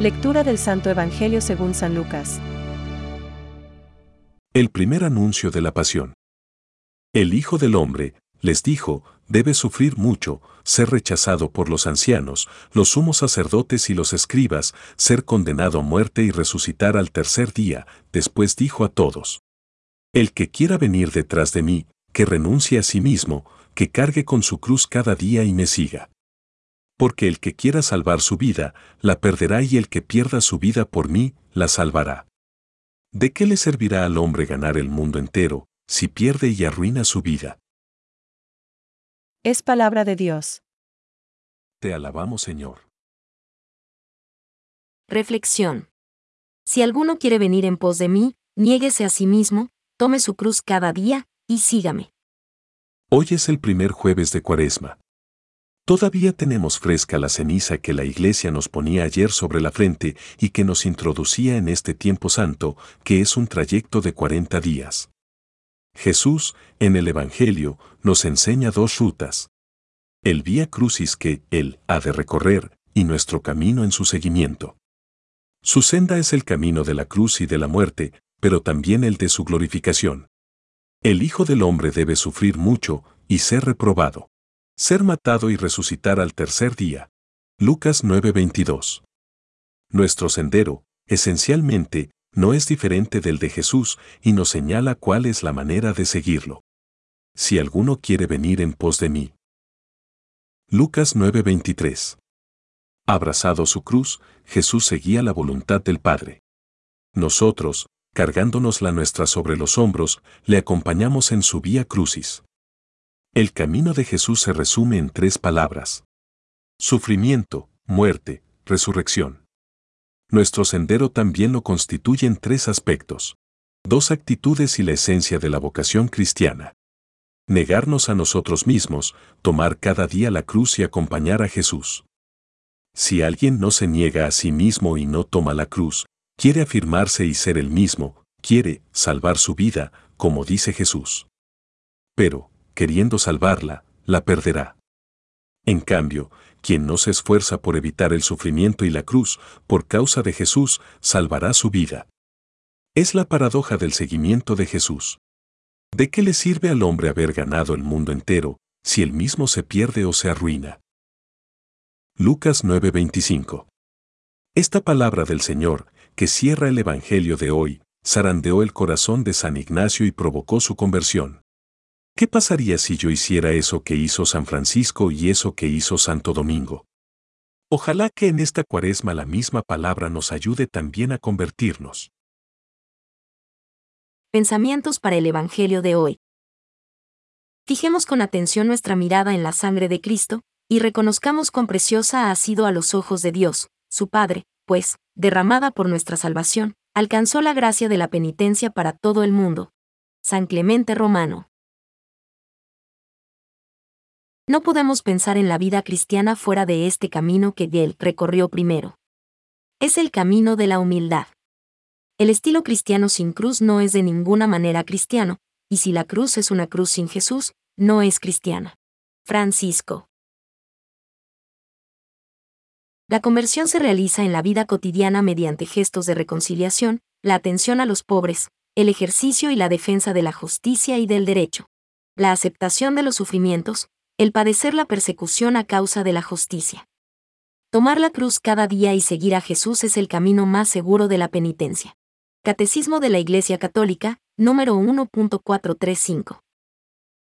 Lectura del Santo Evangelio según San Lucas. El primer anuncio de la pasión. El Hijo del Hombre, les dijo, debe sufrir mucho, ser rechazado por los ancianos, los sumos sacerdotes y los escribas, ser condenado a muerte y resucitar al tercer día. Después dijo a todos: el que quiera venir detrás de mí, que renuncie a sí mismo, que cargue con su cruz cada día y me siga. Porque el que quiera salvar su vida, la perderá, y el que pierda su vida por mí, la salvará. ¿De qué le servirá al hombre ganar el mundo entero, si pierde y arruina su vida? Es palabra de Dios. Te alabamos, Señor. Reflexión. Si alguno quiere venir en pos de mí, niéguese a sí mismo, tome su cruz cada día, y sígame. Hoy es el primer jueves de Cuaresma. Todavía tenemos fresca la ceniza que la Iglesia nos ponía ayer sobre la frente y que nos introducía en este tiempo santo, que es un trayecto de 40 días. Jesús, en el Evangelio, nos enseña dos rutas: el Vía Crucis que Él ha de recorrer, y nuestro camino en su seguimiento. Su senda es el camino de la cruz y de la muerte, pero también el de su glorificación. El Hijo del Hombre debe sufrir mucho y ser reprobado, ser matado y resucitar al tercer día. Lucas 9:22. Nuestro sendero, esencialmente, no es diferente del de Jesús y nos señala cuál es la manera de seguirlo. Si alguno quiere venir en pos de mí. Lucas 9:23. Abrazado su cruz, Jesús seguía la voluntad del Padre. Nosotros, cargándonos la nuestra sobre los hombros, le acompañamos en su Vía Crucis. El camino de Jesús se resume en 3 palabras: sufrimiento, muerte, resurrección. Nuestro sendero también lo constituyen 3 aspectos: 2 actitudes y la esencia de la vocación cristiana. Negarnos a nosotros mismos, tomar cada día la cruz y acompañar a Jesús. Si alguien no se niega a sí mismo y no toma la cruz, quiere afirmarse y ser el mismo, quiere salvar su vida, como dice Jesús. Pero, queriendo salvarla, la perderá. En cambio, quien no se esfuerza por evitar el sufrimiento y la cruz, por causa de Jesús, salvará su vida. Es la paradoja del seguimiento de Jesús. ¿De qué le sirve al hombre haber ganado el mundo entero, si él mismo se pierde o se arruina? Lucas 9:25. Esta palabra del Señor, que cierra el Evangelio de hoy, zarandeó el corazón de San Ignacio y provocó su conversión. ¿Qué pasaría si yo hiciera eso que hizo San Francisco y eso que hizo Santo Domingo? Ojalá que en esta Cuaresma la misma palabra nos ayude también a convertirnos. Pensamientos para el Evangelio de hoy. Fijemos con atención nuestra mirada en la sangre de Cristo, y reconozcamos cuán preciosa ha sido a los ojos de Dios, su Padre, pues, derramada por nuestra salvación, alcanzó la gracia de la penitencia para todo el mundo. San Clemente Romano. No podemos pensar en la vida cristiana fuera de este camino que Él recorrió primero. Es el camino de la humildad. El estilo cristiano sin cruz no es de ninguna manera cristiano, y si la cruz es una cruz sin Jesús, no es cristiana. Francisco. La conversión se realiza en la vida cotidiana mediante gestos de reconciliación, la atención a los pobres, el ejercicio y la defensa de la justicia y del derecho, la aceptación de los sufrimientos, el padecer la persecución a causa de la justicia. Tomar la cruz cada día y seguir a Jesús es el camino más seguro de la penitencia. Catecismo de la Iglesia Católica, número 1.435.